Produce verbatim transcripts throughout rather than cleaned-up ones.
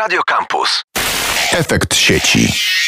Radio Campus. Efekt sieci.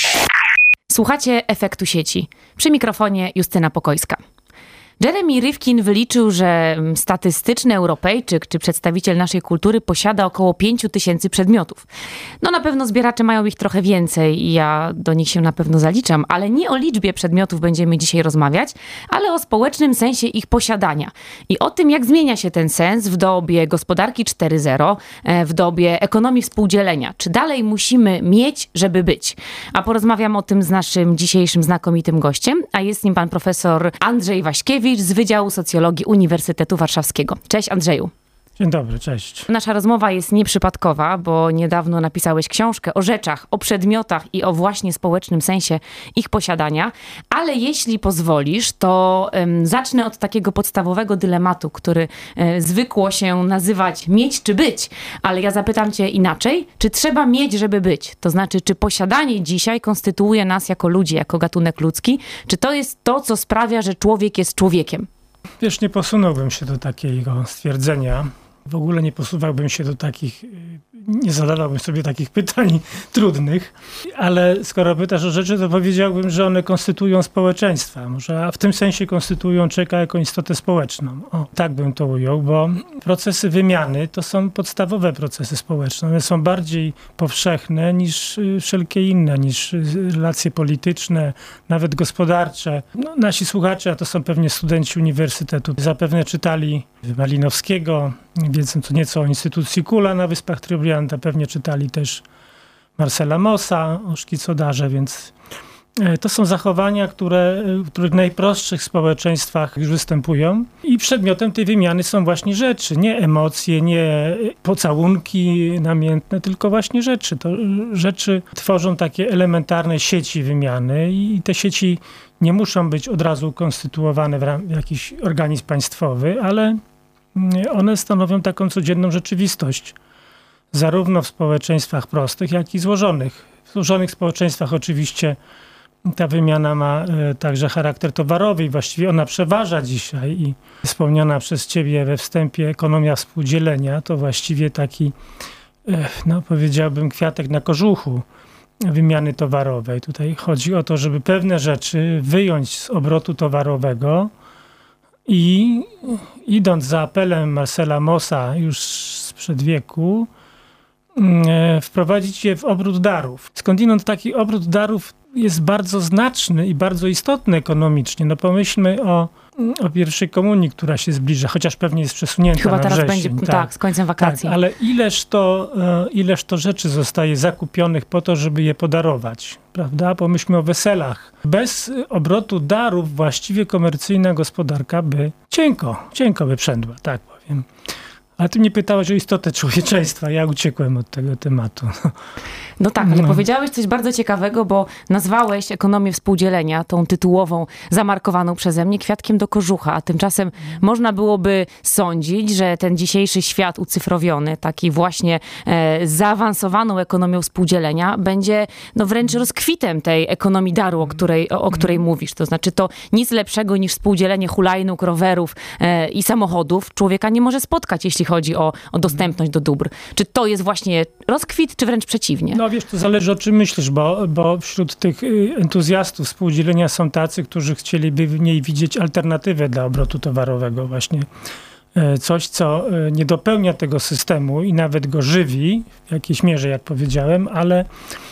Słuchacie Efektu sieci. Przy mikrofonie Justyna Pokojska. Jeremy Rifkin wyliczył, że statystyczny Europejczyk czy przedstawiciel naszej kultury posiada około pięć tysięcy przedmiotów. No na pewno zbieracze mają ich trochę więcej i ja do nich się na pewno zaliczam, ale nie o liczbie przedmiotów będziemy dzisiaj rozmawiać, ale o społecznym sensie ich posiadania i o tym, jak zmienia się ten sens w dobie gospodarki cztery zero, w dobie ekonomii współdzielenia. Czy dalej musimy mieć, żeby być? A porozmawiam o tym z naszym dzisiejszym znakomitym gościem, a jest nim pan profesor Andrzej Waśkiewicz z Wydziału Socjologii Uniwersytetu Warszawskiego. Cześć Andrzeju. Dzień dobry, cześć. Nasza rozmowa jest nieprzypadkowa, bo niedawno napisałeś książkę o rzeczach, o przedmiotach i o właśnie społecznym sensie ich posiadania. Ale jeśli pozwolisz, to um, zacznę od takiego podstawowego dylematu, który um, zwykło się nazywać mieć czy być. Ale ja zapytam cię inaczej. Czy trzeba mieć, żeby być? To znaczy, czy posiadanie dzisiaj konstytuuje nas jako ludzi, jako gatunek ludzki? Czy to jest to, co sprawia, że człowiek jest człowiekiem? Wiesz, nie posunąłbym się do takiego stwierdzenia. W ogóle nie posuwałbym się do takich, nie zadawałbym sobie takich pytań trudnych, ale skoro pytasz o rzeczy, to powiedziałbym, że one konstytuują społeczeństwa. Może a w tym sensie konstytuują człowieka jako istotę społeczną. O, tak bym to ujął, bo procesy wymiany to są podstawowe procesy społeczne. One są bardziej powszechne niż wszelkie inne, niż relacje polityczne, nawet gospodarcze. No, nasi słuchacze, a to są pewnie studenci uniwersytetu, zapewne czytali Malinowskiego, wiedzą co nieco o instytucji Kula na Wyspach Trybrianta, pewnie czytali też Marcela Mossa o szkicodarze, więc to są zachowania, które w których najprostszych społeczeństwach już występują i przedmiotem tej wymiany są właśnie rzeczy, nie emocje, nie pocałunki namiętne, tylko właśnie rzeczy. To rzeczy tworzą takie elementarne sieci wymiany i te sieci nie muszą być od razu konstytuowane w, ram- w jakiś organizm państwowy, ale one stanowią taką codzienną rzeczywistość, zarówno w społeczeństwach prostych, jak i złożonych. W złożonych społeczeństwach oczywiście ta wymiana ma e, także charakter towarowy i właściwie ona przeważa dzisiaj i wspomniana przez ciebie we wstępie ekonomia współdzielenia to właściwie taki, e, no powiedziałbym, kwiatek na kożuchu wymiany towarowej. Tutaj chodzi o to, żeby pewne rzeczy wyjąć z obrotu towarowego i idąc za apelem Marcela Mossa już sprzed wieku, e, wprowadzić je w obrót darów. Skądinąd taki obrót darów jest bardzo znaczny i bardzo istotny ekonomicznie. No pomyślmy o, o pierwszej komunii, która się zbliża, chociaż pewnie jest przesunięta Chyba na teraz wrzesień. będzie, tak, tak, z końcem wakacji. Tak, ale ileż to, ileż to rzeczy zostaje zakupionych po to, żeby je podarować, prawda? Pomyślmy o weselach. Bez obrotu darów właściwie komercyjna gospodarka by cienko, cienko by przędła, tak powiem. Ale ty mnie pytałeś o istotę człowieczeństwa. Ja uciekłem od tego tematu. No tak, ale no. powiedziałeś coś bardzo ciekawego, bo nazwałeś ekonomię współdzielenia, tą tytułową, zamarkowaną przeze mnie, kwiatkiem do kożucha. A tymczasem mm. można byłoby sądzić, że ten dzisiejszy świat ucyfrowiony, taki właśnie e, zaawansowaną ekonomią współdzielenia, będzie no wręcz rozkwitem tej ekonomii daru, o której, o, o której mm. mówisz. To znaczy to nic lepszego niż współdzielenie hulajnóg, rowerów e, i samochodów człowieka nie może spotkać, jeśli chodzi o, o dostępność do dóbr. Czy to jest właśnie rozkwit, czy wręcz przeciwnie? No wiesz, to zależy o czym myślisz, bo, bo wśród tych entuzjastów współdzielenia są tacy, którzy chcieliby w niej widzieć alternatywę dla obrotu towarowego. Właśnie coś, co nie dopełnia tego systemu i nawet go żywi w jakiejś mierze, jak powiedziałem, ale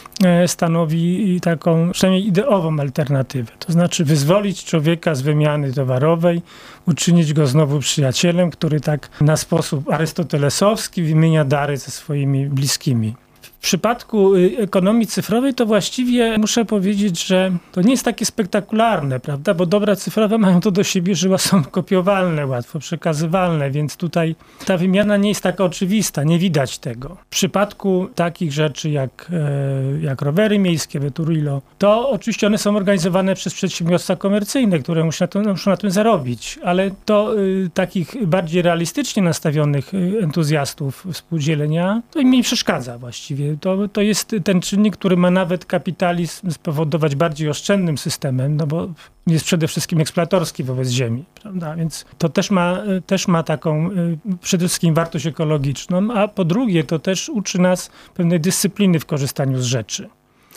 stanowi taką przynajmniej ideową alternatywę. To znaczy wyzwolić człowieka z wymiany towarowej, uczynić go znowu przyjacielem, który tak na sposób arystotelesowski wymienia dary ze swoimi bliskimi. W przypadku ekonomii cyfrowej to właściwie muszę powiedzieć, że to nie jest takie spektakularne, prawda? Bo dobra cyfrowe mają to do siebie, że są kopiowalne, łatwo przekazywalne, więc tutaj ta wymiana nie jest taka oczywista, nie widać tego. W przypadku takich rzeczy jak, jak rowery miejskie, Veturilo, to oczywiście one są organizowane przez przedsiębiorstwa komercyjne, które muszą na, to, muszą na tym zarobić, ale to y, takich bardziej realistycznie nastawionych entuzjastów współdzielenia, to im nie przeszkadza właściwie niestety. To, to jest ten czynnik, który ma nawet kapitalizm spowodować bardziej oszczędnym systemem, no bo jest przede wszystkim eksploatorski wobec ziemi, prawda? Więc to też ma, też ma taką przede wszystkim wartość ekologiczną, a po drugie to też uczy nas pewnej dyscypliny w korzystaniu z rzeczy.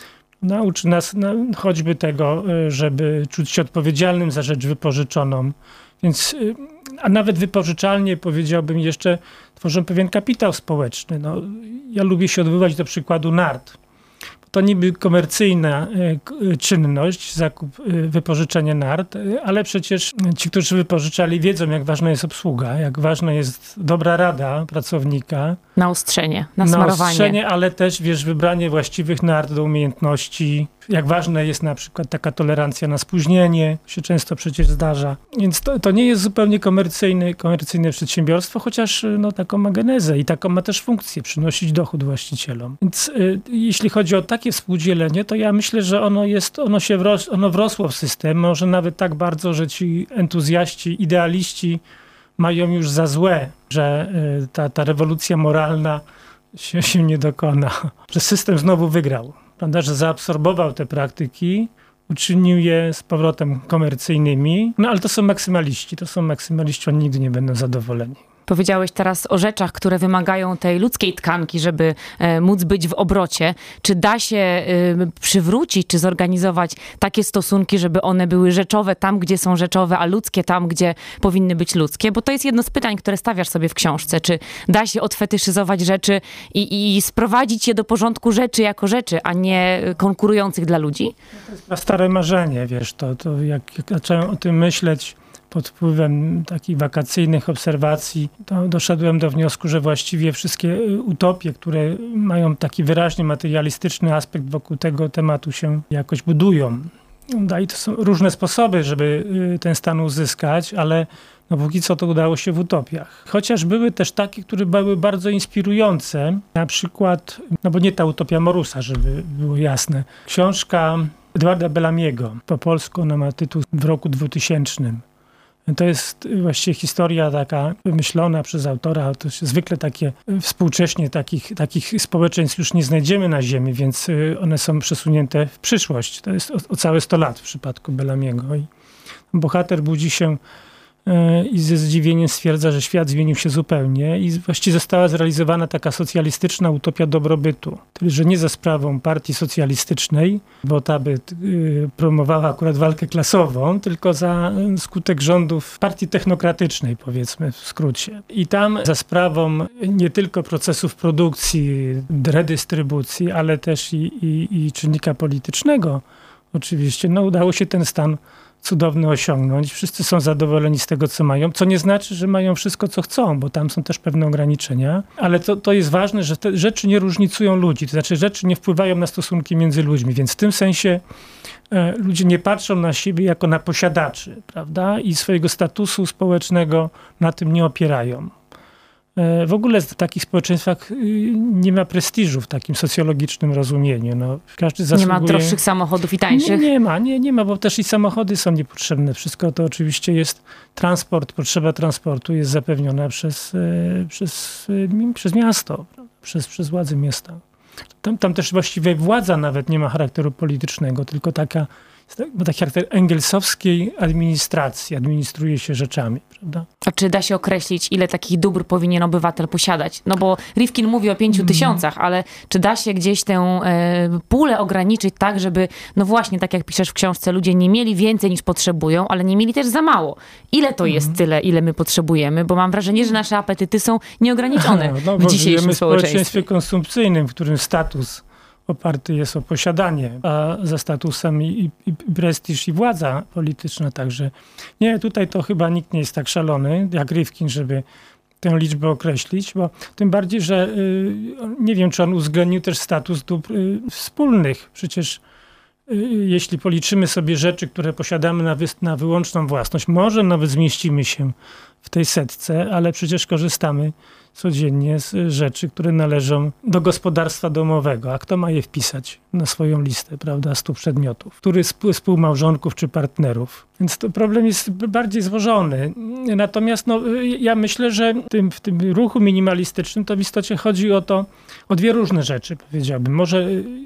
Nauczy nas no, choćby tego, żeby czuć się odpowiedzialnym za rzecz wypożyczoną. Więc, a nawet wypożyczalnie, powiedziałbym jeszcze, tworzą pewien kapitał społeczny. No, ja lubię się odwoływać do przykładu nart. To niby komercyjna czynność, zakup, wypożyczenie nart, ale przecież ci, którzy wypożyczali, wiedzą, jak ważna jest obsługa, jak ważna jest dobra rada pracownika. Naostrzenie, nasmarowanie. Naostrzenie, ale też, wiesz, wybranie właściwych nart do umiejętności. Jak ważna jest na przykład taka tolerancja na spóźnienie, się często przecież zdarza. Więc to, to nie jest zupełnie komercyjny, komercyjne przedsiębiorstwo, chociaż no, taką ma genezę i taką ma też funkcję, przynosić dochód właścicielom. Więc y, jeśli chodzi o takie współdzielenie, to ja myślę, że ono jest, ono się wros, ono wrosło w system, może nawet tak bardzo, że ci entuzjaści, idealiści mają już za złe, że y, ta, ta rewolucja moralna się, się nie dokona, że system znowu wygrał. Prawda, że zaabsorbował te praktyki, uczynił je z powrotem komercyjnymi, no ale to są maksymaliści, to są maksymaliści, oni nigdy nie będą zadowoleni. Powiedziałeś teraz o rzeczach, które wymagają tej ludzkiej tkanki, żeby e, móc być w obrocie. Czy da się e, przywrócić, czy zorganizować takie stosunki, żeby one były rzeczowe tam, gdzie są rzeczowe, a ludzkie tam, gdzie powinny być ludzkie? Bo to jest jedno z pytań, które stawiasz sobie w książce. Czy da się odfetyszyzować rzeczy i, i sprowadzić je do porządku rzeczy jako rzeczy, a nie konkurujących dla ludzi? To jest stare marzenie, wiesz, to, to jak, jak zacząłem o tym myśleć, pod wpływem takich wakacyjnych obserwacji, to doszedłem do wniosku, że właściwie wszystkie utopie, które mają taki wyraźnie materialistyczny aspekt, wokół tego tematu się jakoś budują. No i to są różne sposoby, żeby ten stan uzyskać, ale no póki co to udało się w utopiach. Chociaż były też takie, które były bardzo inspirujące. Na przykład, no bo nie ta utopia Morusa, żeby było jasne. Książka Edwarda Bellamiego, po polsku ona ma tytuł W roku dwutysięcznym. To jest właściwie historia taka wymyślona przez autora. To się zwykle takie współcześnie takich, takich społeczeństw już nie znajdziemy na Ziemi, więc one są przesunięte w przyszłość. To jest o, o całe sto lat w przypadku Bellamiego. I bohater budzi się i ze zdziwieniem stwierdza, że świat zmienił się zupełnie i właściwie została zrealizowana taka socjalistyczna utopia dobrobytu. Tyle, że nie za sprawą partii socjalistycznej, bo ta by y, promowała akurat walkę klasową, tylko za skutek rządów partii technokratycznej, powiedzmy w skrócie. I tam za sprawą nie tylko procesów produkcji, redystrybucji, ale też i, i, i czynnika politycznego oczywiście, no udało się ten stan cudowny osiągnąć. Wszyscy są zadowoleni z tego, co mają, co nie znaczy, że mają wszystko, co chcą, bo tam są też pewne ograniczenia. Ale to, to jest ważne, że te rzeczy nie różnicują ludzi, to znaczy rzeczy nie wpływają na stosunki między ludźmi, więc w tym sensie e, ludzie nie patrzą na siebie jako na posiadaczy, prawda? I swojego statusu społecznego na tym nie opierają. W ogóle w takich społeczeństwach nie ma prestiżu w takim socjologicznym rozumieniu. No, każdy zasługuje... Nie ma droższych samochodów i tańszych? Nie, nie ma, nie, nie ma, bo też i samochody są niepotrzebne. Wszystko to oczywiście jest transport, potrzeba transportu jest zapewniona przez, przez, przez miasto, przez, przez władze miasta. Tam, tam też właściwie władza nawet nie ma charakteru politycznego, tylko taka ma taki charakter engelsowskiej administracji, administruje się rzeczami, prawda? A czy da się określić, ile takich dóbr powinien obywatel posiadać? No bo Rifkin mówi o pięciu tysiącach, ale czy da się gdzieś tę e, pulę ograniczyć tak, żeby, no właśnie, tak jak piszesz w książce, ludzie nie mieli więcej niż potrzebują, ale nie mieli też za mało. Ile to jest tyle, ile my potrzebujemy? Bo mam wrażenie, że nasze apetyty są nieograniczone no, w dzisiejszym w społeczeństwie społeczeństwie konsumpcyjnym, w którym status oparty jest o posiadanie, a za statusem i, i, i prestiż i władza polityczna także. Nie, tutaj to chyba nikt nie jest tak szalony jak Rifkin, żeby tę liczbę określić, bo tym bardziej, że y, nie wiem, czy on uwzględnił też status dóbr y, wspólnych. Przecież y, jeśli policzymy sobie rzeczy, które posiadamy na, wy, na wyłączną własność, może nawet zmieścimy się w tej setce, ale przecież korzystamy codziennie z rzeczy, które należą do gospodarstwa domowego. A kto ma je wpisać na swoją listę, prawda, stu przedmiotów? Który z współmałżonków czy partnerów? Więc to problem jest bardziej złożony. Natomiast no, ja myślę, że w tym, w tym ruchu minimalistycznym to w istocie chodzi o to, o dwie różne rzeczy, powiedziałbym. Może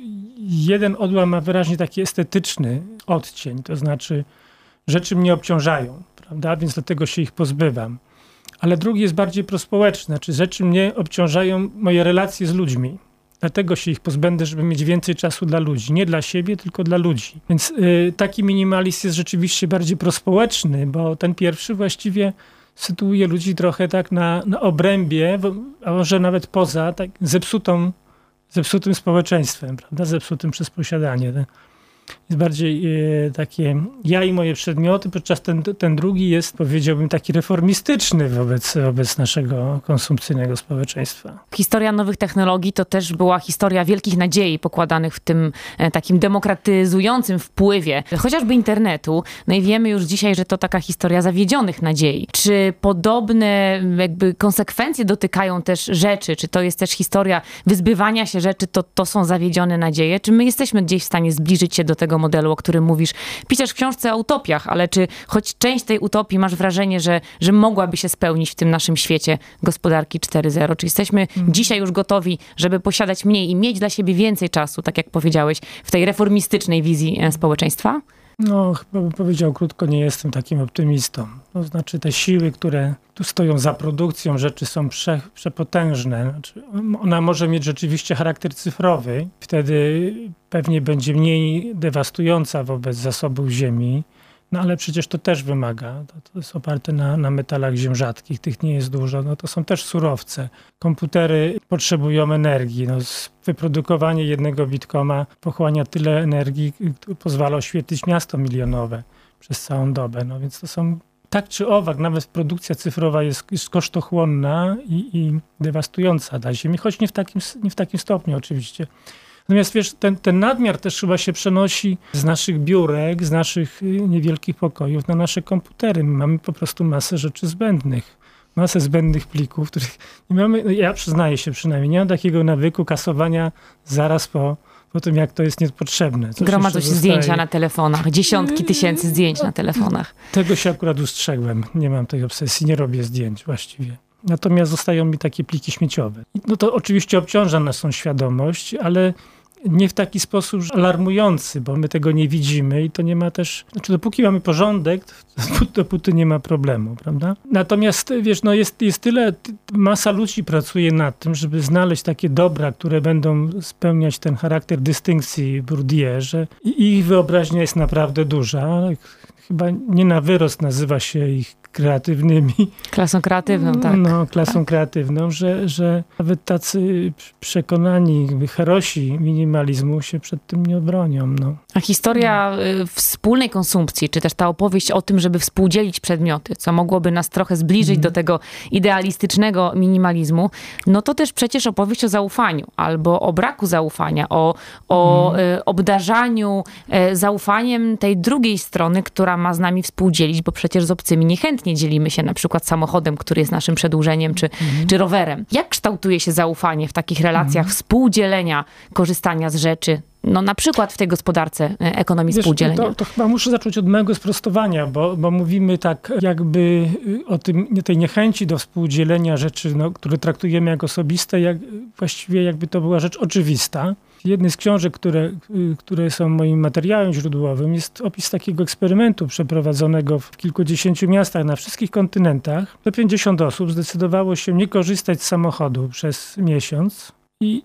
jeden odłam ma wyraźnie taki estetyczny odcień, to znaczy rzeczy mnie obciążają, prawda, więc dlatego się ich pozbywam. Ale drugi jest bardziej prospołeczny, znaczy rzeczy mnie obciążają moje relacje z ludźmi. Dlatego się ich pozbędę, żeby mieć więcej czasu dla ludzi. Nie dla siebie, tylko dla ludzi. Więc y, taki minimalizm jest rzeczywiście bardziej prospołeczny, bo ten pierwszy właściwie sytuuje ludzi trochę tak na, na obrębie, a może nawet poza tak zepsutą, zepsutym społeczeństwem, prawda? Zepsutym przez posiadanie. Jest bardziej e, takie ja i moje przedmioty, podczas ten, ten drugi jest, powiedziałbym, taki reformistyczny wobec, wobec naszego konsumpcyjnego społeczeństwa. Historia nowych technologii to też była historia wielkich nadziei pokładanych w tym e, takim demokratyzującym wpływie, chociażby internetu. No i wiemy już dzisiaj, że to taka historia zawiedzionych nadziei. Czy podobne jakby konsekwencje dotykają też rzeczy? Czy to jest też historia wyzbywania się rzeczy, to, to są zawiedzione nadzieje? Czy my jesteśmy gdzieś w stanie zbliżyć się do tego modelu, o którym mówisz? Piszesz w książce o utopiach, ale czy choć część tej utopii masz wrażenie, że, że mogłaby się spełnić w tym naszym świecie gospodarki cztery zero? Czy jesteśmy hmm. dzisiaj już gotowi, żeby posiadać mniej i mieć dla siebie więcej czasu, tak jak powiedziałeś, w tej reformistycznej wizji społeczeństwa? No, chyba bym powiedział krótko, nie jestem takim optymistą. To znaczy te siły, które tu stoją za produkcją rzeczy, są prze, przepotężne. Znaczy, ona może mieć rzeczywiście charakter cyfrowy. Wtedy pewnie będzie mniej dewastująca wobec zasobów ziemi. No ale przecież to też wymaga. To, to jest oparte na, na metalach ziem rzadkich, tych nie jest dużo. No to są też surowce. Komputery potrzebują energii. No, wyprodukowanie jednego bitkoma pochłania tyle energii, które pozwala oświetlić miasto milionowe przez całą dobę. No więc to są tak czy owak, nawet produkcja cyfrowa jest, jest kosztochłonna i, i dewastująca dla ziemi, choć nie w takim, nie w takim stopniu oczywiście. Natomiast wiesz, ten, ten nadmiar też chyba się przenosi z naszych biurek, z naszych niewielkich pokojów na nasze komputery. My mamy po prostu masę rzeczy zbędnych. Masę zbędnych plików, których nie mamy, no ja przyznaję się przynajmniej, nie mam takiego nawyku kasowania zaraz po, po tym, jak to jest niepotrzebne. Gromadzą się zdjęcia na telefonach, dziesiątki tysięcy zdjęć na telefonach. Tego się akurat ustrzegłem. Nie mam tej obsesji, nie robię zdjęć właściwie. Natomiast zostają mi takie pliki śmieciowe. No to oczywiście obciąża naszą świadomość, ale nie w taki sposób alarmujący, bo my tego nie widzimy i to nie ma też, znaczy dopóki mamy porządek, dopóty nie ma problemu, prawda? Natomiast wiesz, no jest, jest tyle, masa ludzi pracuje nad tym, żeby znaleźć takie dobra, które będą spełniać ten charakter dystynkcji Bourdieu, że ich wyobraźnia jest naprawdę duża. Chyba nie na wyrost nazywa się ich kreatywnymi. Klasą kreatywną, tak. No, klasą tak. kreatywną, że, że nawet tacy przekonani herosi minimalizmu się przed tym nie obronią. No. A historia no. wspólnej konsumpcji, czy też ta opowieść o tym, żeby współdzielić przedmioty, co mogłoby nas trochę zbliżyć mm. do tego idealistycznego minimalizmu, no to też przecież opowieść o zaufaniu, albo o braku zaufania, o, o mm. obdarzaniu zaufaniem tej drugiej strony, która ma z nami współdzielić, bo przecież z obcymi niechętnie dzielimy się na przykład samochodem, który jest naszym przedłużeniem, czy, mm. czy rowerem. Jak kształtuje się zaufanie w takich relacjach mm. współdzielenia, korzystania z rzeczy? No na przykład w tej gospodarce ekonomii Wiesz, współdzielenia. To, to chyba muszę zacząć od małego sprostowania, bo, bo mówimy tak jakby o tym, tej niechęci do współdzielenia rzeczy, no, które traktujemy jak osobiste, jak, właściwie jakby to była rzecz oczywista. Jednej z książek, które, które są moim materiałem źródłowym, jest opis takiego eksperymentu przeprowadzonego w kilkudziesięciu miastach na wszystkich kontynentach. sto pięćdziesiąt osób zdecydowało się nie korzystać z samochodu przez miesiąc i,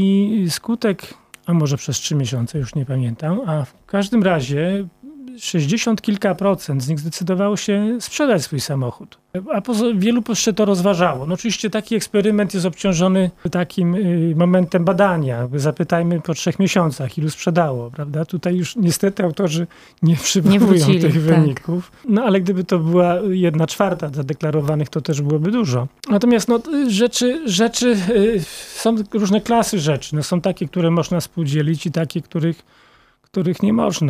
i skutek, a może przez trzy miesiące, już nie pamiętam, a w każdym razie sześćdziesiąt kilka procent z nich zdecydowało się sprzedać swój samochód. A poza, wielu jeszcze to rozważało. No oczywiście taki eksperyment jest obciążony takim y, momentem badania. Zapytajmy po trzech miesiącach, ilu sprzedało, prawda? Tutaj już niestety autorzy nie przywołują nie tych tak. wyników. No ale gdyby to była jedna czwarta zadeklarowanych, to też byłoby dużo. Natomiast no, rzeczy, rzeczy y, są różne klasy rzeczy. No, są takie, które można współdzielić i takie, których, których nie można.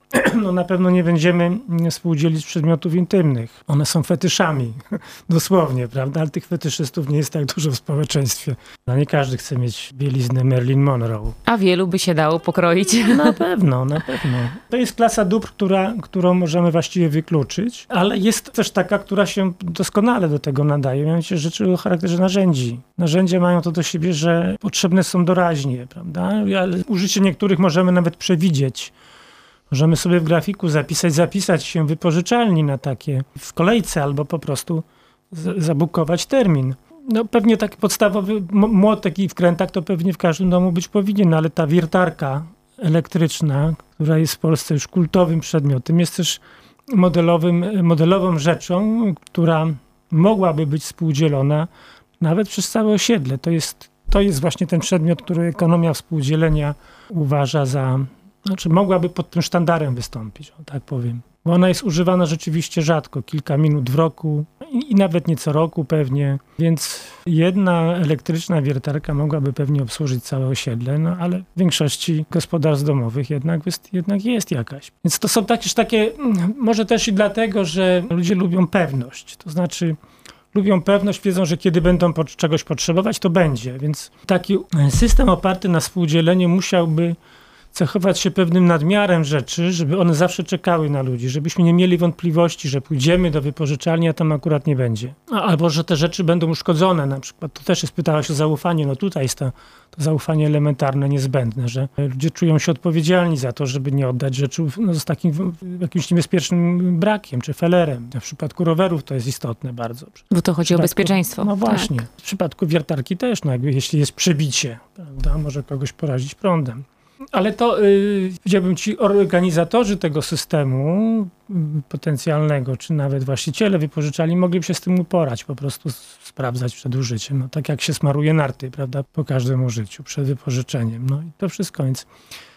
no na pewno nie będziemy współdzielić przedmiotów intymnych. One są fetyszami, dosłownie, prawda? Ale tych fetyszystów nie jest tak dużo w społeczeństwie. No nie każdy chce mieć bieliznę Marilyn Monroe. A wielu by się dało pokroić. Na pewno, na pewno. To jest klasa dóbr, która, którą możemy właściwie wykluczyć, ale jest też taka, która się doskonale do tego nadaje. Mianowicie rzeczy o charakterze narzędzi. Narzędzia mają to do siebie, że potrzebne są doraźnie, prawda? Ale użycie niektórych możemy nawet przewidzieć. Możemy sobie w grafiku zapisać, zapisać się w wypożyczalni na takie w kolejce albo po prostu z- zabukować termin. No pewnie taki podstawowy młotek i wkrętak to pewnie w każdym domu być powinien, ale ta wiertarka elektryczna, która jest w Polsce już kultowym przedmiotem, jest też modelowym, modelową rzeczą, która mogłaby być współdzielona nawet przez całe osiedle. To jest, to jest właśnie ten przedmiot, który ekonomia współdzielenia uważa za... Znaczy mogłaby pod tym sztandarem wystąpić, o tak powiem. Bo ona jest używana rzeczywiście rzadko, kilka minut w roku i, i nawet nie co roku pewnie. Więc jedna elektryczna wiertarka mogłaby pewnie obsłużyć całe osiedle, no ale w większości gospodarstw domowych jednak jest, jednak jest jakaś. Więc to są takie, takie, może też i dlatego, że ludzie lubią pewność. To znaczy lubią pewność, wiedzą, że kiedy będą po, czegoś potrzebować, to będzie. Więc taki system oparty na współdzieleniu musiałby cechować się pewnym nadmiarem rzeczy, żeby one zawsze czekały na ludzi, żebyśmy nie mieli wątpliwości, że pójdziemy do wypożyczalni, a tam akurat nie będzie. Albo, że te rzeczy będą uszkodzone na przykład. To też jest, pytałaś o zaufanie. No tutaj jest to, to zaufanie elementarne, niezbędne, że ludzie czują się odpowiedzialni za to, żeby nie oddać rzeczy no, z takim jakimś niebezpiecznym brakiem czy felerem. W przypadku rowerów to jest istotne bardzo. Bo to chodzi o bezpieczeństwo. No właśnie. Tak. W przypadku wiertarki też, no jakby jeśli jest przebicie, prawda, może kogoś porazić prądem. Ale to, yy, powiedziałbym ci, organizatorzy tego systemu yy, potencjalnego, czy nawet właściciele wypożyczalni mogliby się z tym uporać, po prostu sprawdzać przed użyciem. No, tak jak się smaruje narty, prawda, po każdym użyciu, przed wypożyczeniem. No i to wszystko, więc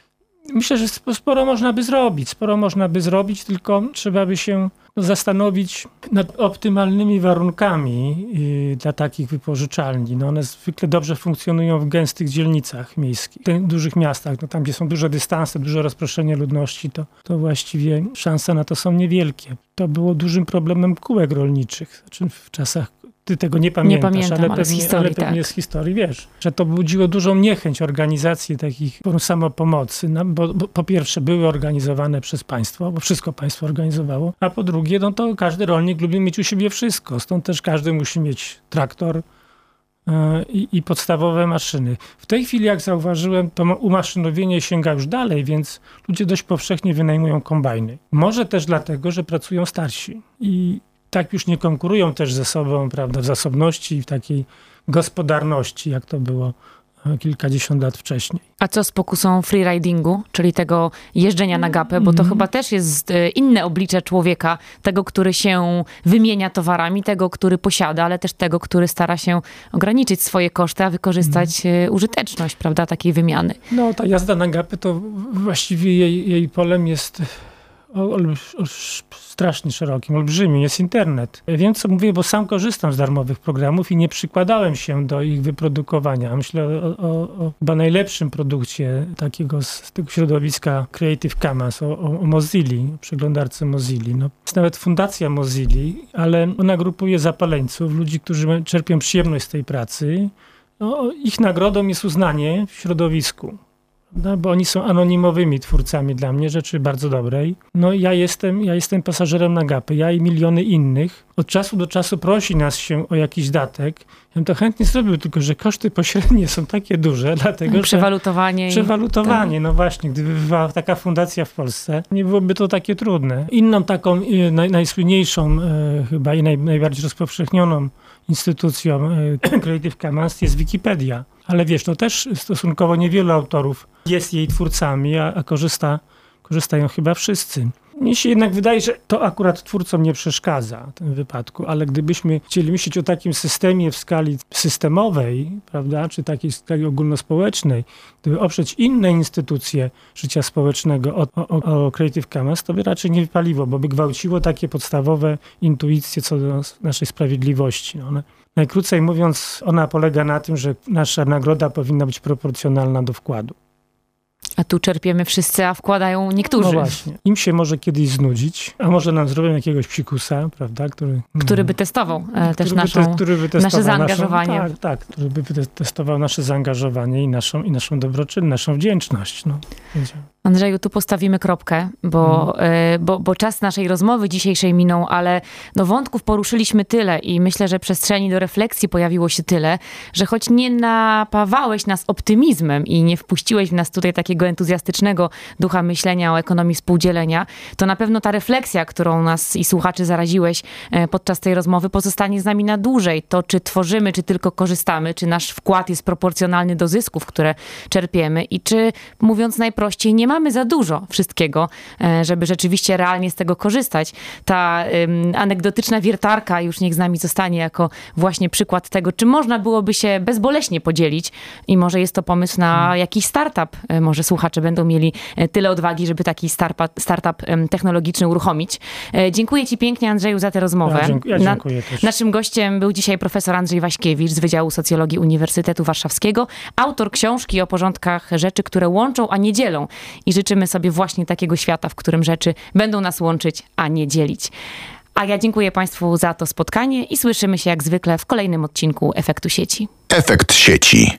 myślę, że sporo można by zrobić, sporo można by zrobić, tylko trzeba by się zastanowić nad optymalnymi warunkami yy, dla takich wypożyczalni. No one zwykle dobrze funkcjonują w gęstych dzielnicach miejskich, w dużych miastach, no tam gdzie są duże dystanse, duże rozproszenie ludności, to, to właściwie szanse na to są niewielkie. To było dużym problemem kółek rolniczych, znaczy w czasach ty tego nie pamiętasz, nie pamiętam, ale, ale, pewnie, z historii, ale pewnie tak. z historii wiesz, że to budziło dużą niechęć organizacji takich form samopomocy, no, bo, bo po pierwsze były organizowane przez państwo, bo wszystko państwo organizowało, a po drugie, no to każdy rolnik lubi mieć u siebie wszystko, stąd też każdy musi mieć traktor yy, i, i podstawowe maszyny. W tej chwili, jak zauważyłem, to umaszynowienie sięga już dalej, więc ludzie dość powszechnie wynajmują kombajny. Może też dlatego, że pracują starsi i tak już nie konkurują też ze sobą, prawda, w zasobności i w takiej gospodarności, jak to było kilkadziesiąt lat wcześniej. A co z pokusą freeridingu, czyli tego jeżdżenia na gapę, bo to Mm. chyba też jest inne oblicze człowieka, tego, który się wymienia towarami, tego, który posiada, ale też tego, który stara się ograniczyć swoje koszty, a wykorzystać mm. użyteczność, prawda, takiej wymiany. No, ta jazda na gapy to właściwie jej, jej polem jest o, o, o, strasznie szerokim, olbrzymim, jest internet. Wiem, co mówię, bo sam korzystam z darmowych programów i nie przykładałem się do ich wyprodukowania. Myślę o, o, o chyba najlepszym produkcie takiego z tego środowiska Creative Commons, o, o Mozilli, o przeglądarce Mozilli. No, jest nawet fundacja Mozilli, ale ona grupuje zapaleńców, ludzi, którzy czerpią przyjemność z tej pracy. No, ich nagrodą jest uznanie w środowisku. No, bo oni są anonimowymi twórcami dla mnie, rzeczy bardzo dobrej. No ja jestem, ja jestem pasażerem na gapy, ja i miliony innych. Od czasu do czasu prosi nas się o jakiś datek. Ja bym to chętnie zrobił, tylko że koszty pośrednie są takie duże, dlatego Przewalutowanie. że... Przewalutowanie. I... No właśnie, gdyby była taka fundacja w Polsce, nie byłoby to takie trudne. Inną taką e, naj, najsłynniejszą e, chyba i naj, najbardziej rozpowszechnioną instytucją e, Creative Commons jest Wikipedia. Ale wiesz, to też stosunkowo niewielu autorów jest jej twórcami, a, a korzysta, korzystają chyba wszyscy. Mnie się jednak wydaje, że to akurat twórcom nie przeszkadza w tym wypadku, ale gdybyśmy chcieli myśleć o takim systemie w skali systemowej, prawda, czy takiej skali ogólnospołecznej, gdyby oprzeć inne instytucje życia społecznego o, o, o Creative Commons, to by raczej nie wypaliło, bo by gwałciło takie podstawowe intuicje co do naszej sprawiedliwości. No one, najkrócej mówiąc, ona polega na tym, że nasza nagroda powinna być proporcjonalna do wkładu. A tu czerpiemy wszyscy, a wkładają niektórzy. No właśnie. Im się może kiedyś znudzić, a może nam zrobią jakiegoś psikusa, prawda? Który, który by testował e, też który naszą, by te, który by testował nasze zaangażowanie. Naszą, tak, tak. Który by testował nasze zaangażowanie i naszą, i naszą dobroczynność, naszą wdzięczność. No. Andrzeju, tu postawimy kropkę, bo, hmm. bo, bo czas naszej rozmowy dzisiejszej minął, ale no wątków poruszyliśmy tyle i myślę, że przestrzeni do refleksji pojawiło się tyle, że choć nie napawałeś nas optymizmem i nie wpuściłeś w nas tutaj takiego entuzjastycznego ducha myślenia o ekonomii współdzielenia, to na pewno ta refleksja, którą nas i słuchaczy zaraziłeś podczas tej rozmowy, pozostanie z nami na dłużej. To, czy tworzymy, czy tylko korzystamy, czy nasz wkład jest proporcjonalny do zysków, które czerpiemy i czy, mówiąc najprościej, nie mamy za dużo wszystkiego, żeby rzeczywiście realnie z tego korzystać. Ta um, anegdotyczna wiertarka już niech z nami zostanie jako właśnie przykład tego, czy można byłoby się bezboleśnie podzielić i może jest to pomysł na hmm. jakiś startup. Może słuchacze będą mieli tyle odwagi, żeby taki startup, startup technologiczny uruchomić. Dziękuję ci pięknie, Andrzeju, za tę rozmowę. Ja dziękuję, ja dziękuję Na, też. Naszym gościem był dzisiaj profesor Andrzej Waśkiewicz z Wydziału Socjologii Uniwersytetu Warszawskiego, autor książki o porządkach rzeczy, które łączą, a nie dzielą. I życzymy sobie właśnie takiego świata, w którym rzeczy będą nas łączyć, a nie dzielić. A ja dziękuję Państwu za to spotkanie i słyszymy się jak zwykle w kolejnym odcinku Efektu Sieci. Efekt Sieci.